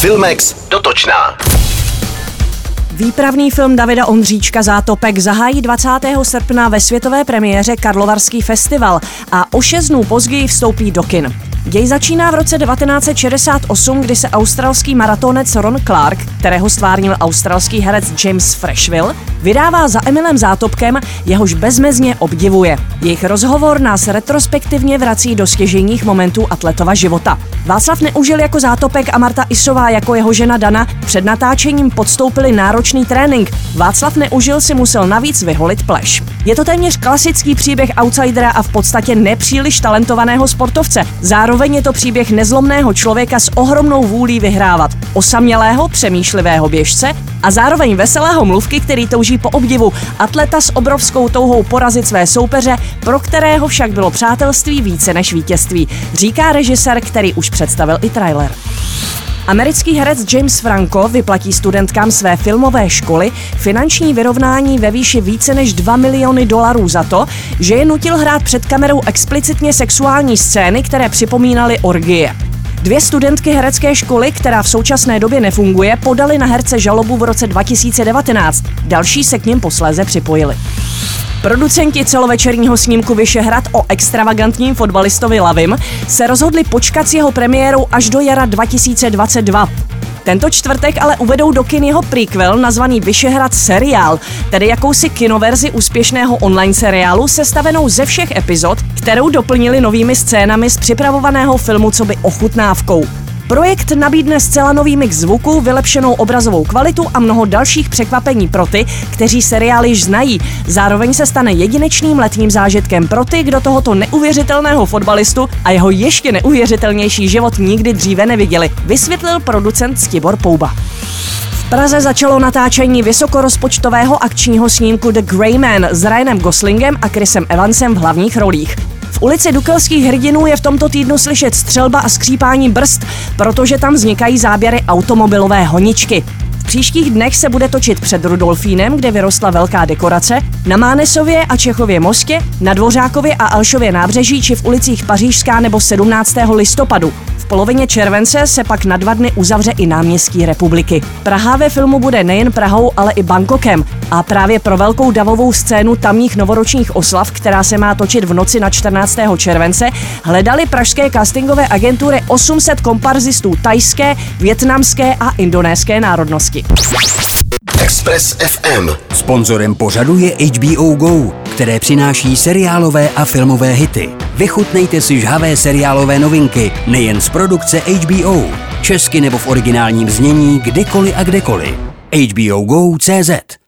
Filmex dotočná. Výpravný film Davida Ondříčka Zátopek zahájí 20. srpna ve světové premiéře Karlovarský festival a o 6 dnů později vstoupí do kin. Děj začíná v roce 1968, kdy se australský maratonec Ron Clark, kterého stvárnil australský herec James Freshville, vydává za Emilem Zátopkem, jehož bezmezně obdivuje. Jejich rozhovor nás retrospektivně vrací do stěžejních momentů atletova života. Václav Neužil jako Zátopek a Marta Isová jako jeho žena Dana před natáčením podstoupili náročný trénink. Václav Neužil si musel navíc vyholit pleš. Je to téměř klasický příběh outsidera a v podstatě nepříliš talentovaného sportovce. Zároveň je to příběh nezlomného člověka s ohromnou vůlí vyhrávat, osamělého, přemýšlivého běžce a zároveň veselého mluvky, který touží po obdivu, atleta s obrovskou touhou porazit své soupeře, pro kterého však bylo přátelství více než vítězství, říká režisér, který už představil i trailer. Americký herec James Franco vyplatí studentkám své filmové školy finanční vyrovnání ve výši více než $2 miliony za to, že je nutil hrát před kamerou explicitně sexuální scény, které připomínaly orgie. 2 studentky herecké školy, která v současné době nefunguje, podaly na herce žalobu v roce 2019. Další se k nim posléze připojili. Producenti celovečerního snímku Vyšehrad o extravagantním fotbalistovi Lavim se rozhodli počkat s jeho premiérou až do jara 2022. Tento čtvrtek ale uvedou do kin jeho prequel nazvaný Vyšehrad seriál, tedy jakousi kinoverzi úspěšného online seriálu sestavenou ze všech epizod, kterou doplnili novými scénami z připravovaného filmu coby ochutnávkou. Projekt nabídne zcela nový mix zvuku, vylepšenou obrazovou kvalitu a mnoho dalších překvapení pro ty, kteří seriál již znají. Zároveň se stane jedinečným letním zážitkem pro ty, kdo tohoto neuvěřitelného fotbalistu a jeho ještě neuvěřitelnější život nikdy dříve neviděli, vysvětlil producent Stibor Pouba. V Praze začalo natáčení vysokorozpočtového akčního snímku The Grey Man s Ryanem Goslingem a Chrisem Evansem v hlavních rolích. V ulici Dukelských hrdinů je v tomto týdnu slyšet střelba a skřípání brzd, protože tam vznikají záběry automobilové honičky. V příštích dnech se bude točit před Rudolfínem, kde vyrostla velká dekorace, na Mánesově a Čechově mostě, na Dvořákově a Alšově nábřeží či v ulicích Pařížská nebo 17. listopadu. V polovině července se pak na 2 dny uzavře i náměstí Republiky. Praha ve filmu bude nejen Prahou, ale i Bangkokem. A právě pro velkou davovou scénu tamních novoročních oslav, která se má točit v noci na 14. července, hledali pražské castingové agentury 800 komparzistů thajské, vietnamské a indonéské národnosti. Express FM. Sponzorem pořadu je HBO Go, které přináší seriálové a filmové hity. Vychutnejte si žhavé seriálové novinky, nejen z produkce HBO. Česky nebo v originálním znění, kdykoliv a kdekoliv. HBO Go.cz